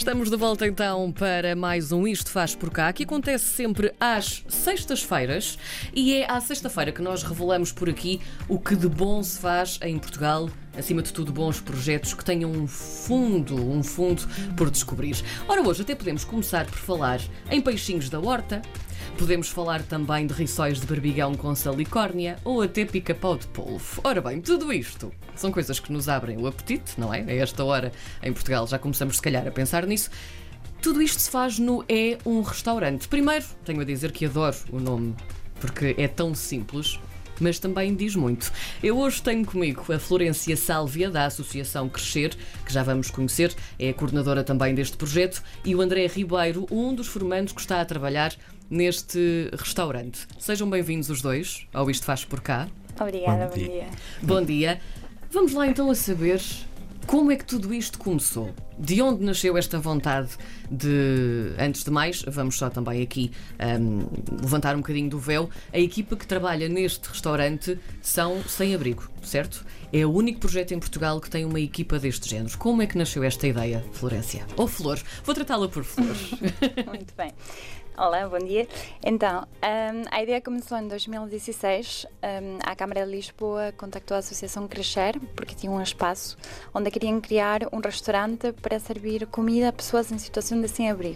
Estamos de volta então para mais um Isto Faz Por Cá, que acontece sempre às sextas-feiras e é à sexta-feira que nós revelamos por aqui o que de bom se faz em Portugal, acima de tudo bons projetos que tenham um fundo por descobrir. Ora, hoje até podemos começar por falar em peixinhos da horta, podemos falar também de rissóis de berbigão com salicórnia ou até pica-pau de polvo. Ora bem, tudo isto são coisas que nos abrem o apetite, não é? A esta hora em Portugal já começamos se calhar a pensar nisso. Tudo isto se faz no É um Restaurante. Primeiro, tenho a dizer que adoro o nome, porque é tão simples, mas também diz muito. Eu hoje tenho comigo a Florência Sálvia, da Associação Crescer, que já vamos conhecer, é a coordenadora também deste projeto, e o André Ribeiro, um dos formandos que está a trabalhar neste restaurante. Sejam bem-vindos os dois ao Isto Faz Por Cá. Obrigada, bom dia. Bom dia. Vamos lá então a saber como é que tudo isto começou. De onde nasceu esta vontade de... Antes de mais, vamos só também aqui levantar um bocadinho do véu. A equipa que trabalha neste restaurante são sem-abrigo, certo? É o único projeto em Portugal que tem uma equipa deste género. Como é que nasceu esta ideia, Florência? Ou Flor? Vou tratá-la por Flor. Muito bem. Olá, bom dia. Então, a ideia começou em 2016. A Câmara de Lisboa contactou a Associação Crescer porque tinha um espaço onde queriam criar um restaurante para servir comida a pessoas em situação de sem-abrigo.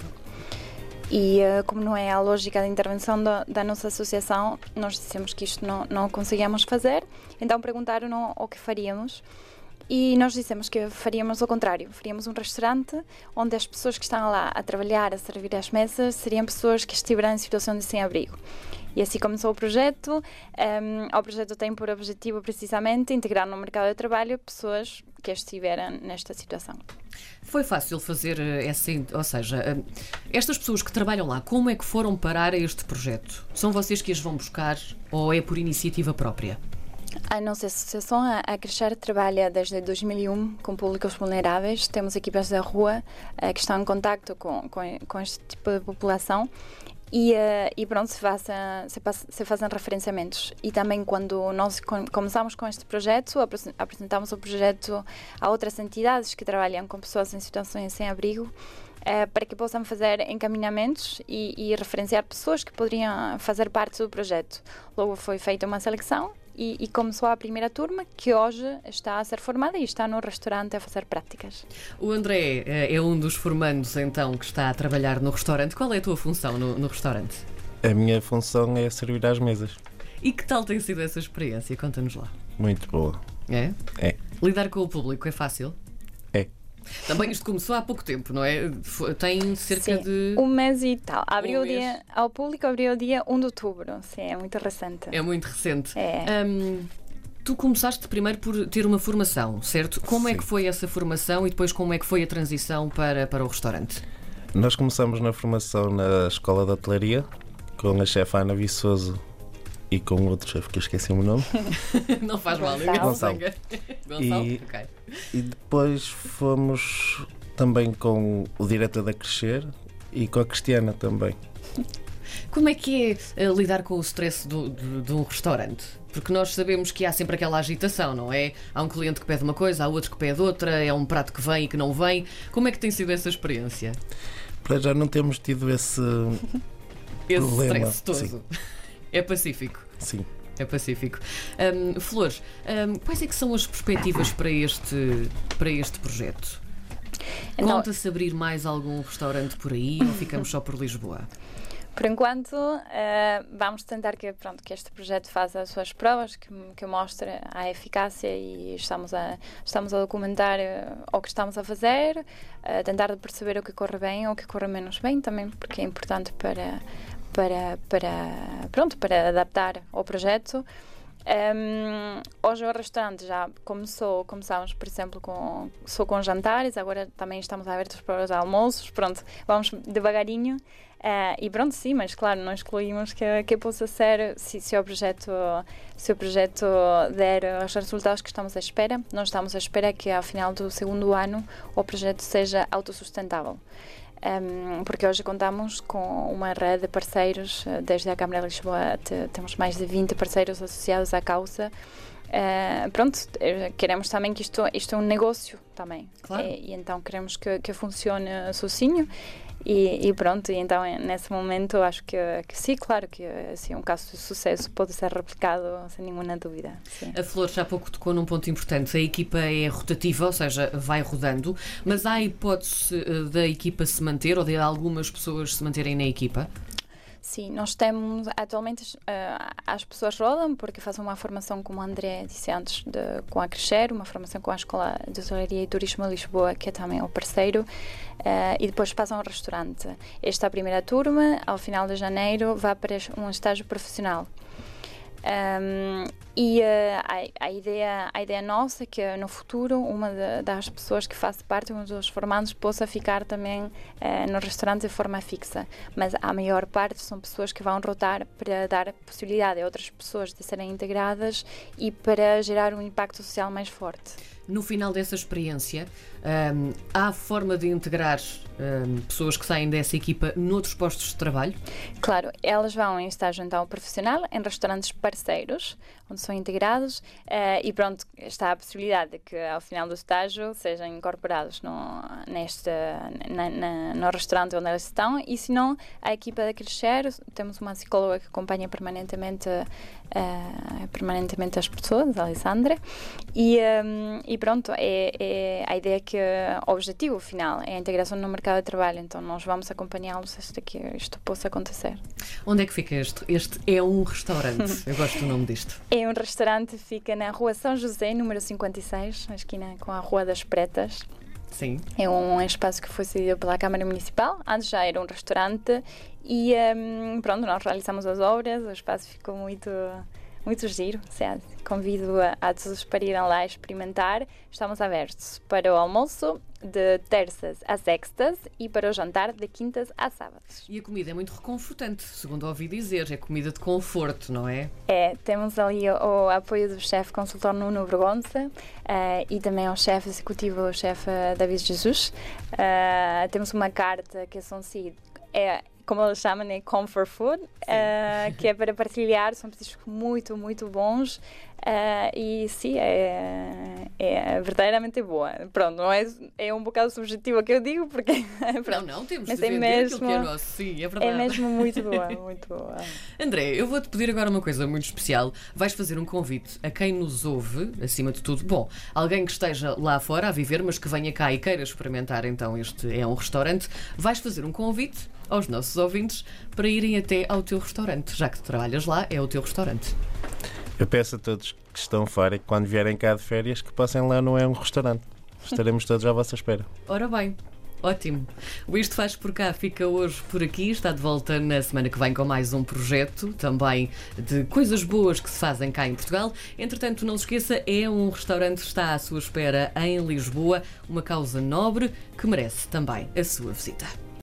E como não é a lógica da intervenção da nossa associação, nós dissemos que isto não conseguíamos fazer, então perguntaram o que faríamos. E nós dissemos que faríamos o contrário, faríamos um restaurante onde as pessoas que estão lá a trabalhar, a servir as mesas, seriam pessoas que estiveram em situação de sem-abrigo. E assim começou o projeto. O projeto tem por objetivo precisamente integrar no mercado de trabalho pessoas que estiveram nesta situação. Foi fácil fazer ou seja, estas pessoas que trabalham lá, como é que foram parar a este projeto? São vocês que as vão buscar ou é por iniciativa própria? A nossa associação, a Crescer, trabalha desde 2001 com públicos vulneráveis. Temos equipas da rua que estão em contacto com este tipo de população e pronto, se fazem referenciamentos. E também quando nós começamos com este projeto, apresentamos o projeto a outras entidades que trabalham com pessoas em situações sem abrigo, para que possam fazer encaminhamentos e referenciar pessoas que poderiam fazer parte do projeto. Logo foi feita uma seleção e começou a primeira turma, que hoje está a ser formada e está no restaurante a fazer práticas. O André é um dos formandos, então, que está a trabalhar no restaurante. Qual é a tua função no restaurante? A minha função é servir às mesas. E que tal tem sido essa experiência? Conta-nos lá. Muito boa. É? É. Lidar com o público é fácil? É. Também isto começou há pouco tempo, não é? Tem cerca de... um mês e tal. Ao público abriu o dia 1 de outubro. Sim, é muito recente. É muito recente. É. Tu começaste primeiro por ter uma formação, certo? Como Sim. é que foi essa formação e depois como é que foi a transição para o restaurante? Nós começamos na formação na Escola de Hotelaria com a chefe Ana Viçoso e com outro chefe que eu esqueci o nome. Não faz mal, Gonçalo. Gonçalo? E, Ok. e depois fomos também com o diretor da Crescer e com a Cristiana também. Como é que é lidar com o stress de um restaurante? Porque nós sabemos que há sempre aquela agitação, não é? Há um cliente que pede uma coisa, há outro que pede outra, é um prato que vem e que não vem. Como é que tem sido essa experiência? Para já não temos tido esse problema. Stress todo. Sim. É pacífico. Sim. É pacífico. Flores, quais é que são as perspectivas para este projeto? Então, Conta-se abrir mais algum restaurante por aí ou ficamos só por Lisboa? por enquanto, vamos tentar que este projeto faça as suas provas, que mostre a eficácia e estamos a documentar o que estamos a fazer, tentar perceber o que corre bem ou o que corre menos bem também, porque é importante para adaptar ao projeto. Hoje o restaurante já começamos, por exemplo, só com jantares, agora também estamos abertos para os almoços, pronto, vamos devagarinho. E pronto, sim, mas claro, não excluímos que possa ser, se o projeto der os resultados que estamos à espera. Nós estamos à espera que ao final do segundo ano o projeto seja autossustentável. Porque hoje contamos com uma rede de parceiros, desde a Câmara de Lisboa temos mais de 20 parceiros associados à causa, pronto, queremos também que isto é um negócio também. Claro. E então queremos que funcione sozinho. E pronto, e então nesse momento acho que sim, claro que assim, um caso de sucesso pode ser replicado sem nenhuma dúvida. Sim. A Flor já há pouco tocou num ponto importante. A equipa é rotativa, ou seja, vai rodando, mas há a hipótese da equipa se manter ou de algumas pessoas se manterem na equipa? Sim, nós temos atualmente as pessoas rodam porque fazem uma formação, como o André disse antes, com a Crescer, uma formação com a Escola de Hotelaria e Turismo de Lisboa, que é também o parceiro, e depois passam ao restaurante. Esta é a primeira turma, ao final de janeiro, vai para um estágio profissional. A ideia nossa é que no futuro uma das pessoas que faz parte, um dos formandos, possa ficar também no restaurante de forma fixa, mas a maior parte são pessoas que vão rotar para dar possibilidade a outras pessoas de serem integradas e para gerar um impacto social mais forte. No final dessa experiência, há forma de integrar pessoas que saem dessa equipa noutros postos de trabalho? Claro, elas vão em estágio então profissional em restaurantes parceiros, onde são integrados e pronto, está a possibilidade de que ao final do estágio sejam incorporados no restaurante onde elas estão, e se não, a equipa da Crescer, temos uma psicóloga que acompanha permanentemente as pessoas, a Alessandra, e pronto, a ideia é que o objetivo final é a integração no mercado de trabalho, então nós vamos acompanhá-los até que isto possa acontecer. Onde é que fica este? Este é um restaurante, eu gosto do nome disto. É um restaurante, fica na Rua São José, número 56, na esquina com a Rua das Pretas. Sim. É um espaço que foi cedido pela Câmara Municipal, antes já era um restaurante e pronto, nós realizamos as obras, o espaço ficou muito giro. Convido a todos para irem lá experimentar. Estamos abertos para o almoço de terças a sextas e para o jantar de quintas a sábados. E a comida é muito reconfortante, segundo ouvi dizer, é comida de conforto, não é? Temos ali o apoio do chefe consultor Nuno Bergonça e também ao chefe executivo, o chefe David Jesus. Temos uma carta que como eles chamam, é comfort food, que é para partilhar, são petiscos muito, muito bons e sim, é verdadeiramente boa. Pronto, não é um bocado subjetivo o que eu digo, porque... Pronto, não, temos mas de vender aquilo que é nosso, sim, é verdade. É mesmo muito boa, muito boa. André, eu vou-te pedir agora uma coisa muito especial. Vais fazer um convite a quem nos ouve, acima de tudo, bom, alguém que esteja lá fora a viver, mas que venha cá e queira experimentar, então este é um restaurante, vais fazer um convite aos nossos ouvintes para irem até ao teu restaurante, já que tu trabalhas lá, é o teu restaurante. Eu peço a todos que estão fora e que quando vierem cá de férias que passem lá, não é um restaurante. Estaremos todos à vossa espera. Ora bem, ótimo. O Isto Faz Por Cá fica hoje por aqui, está de volta na semana que vem com mais um projeto, também de coisas boas que se fazem cá em Portugal. Entretanto, não se esqueça, é um restaurante que está à sua espera em Lisboa, uma causa nobre que merece também a sua visita.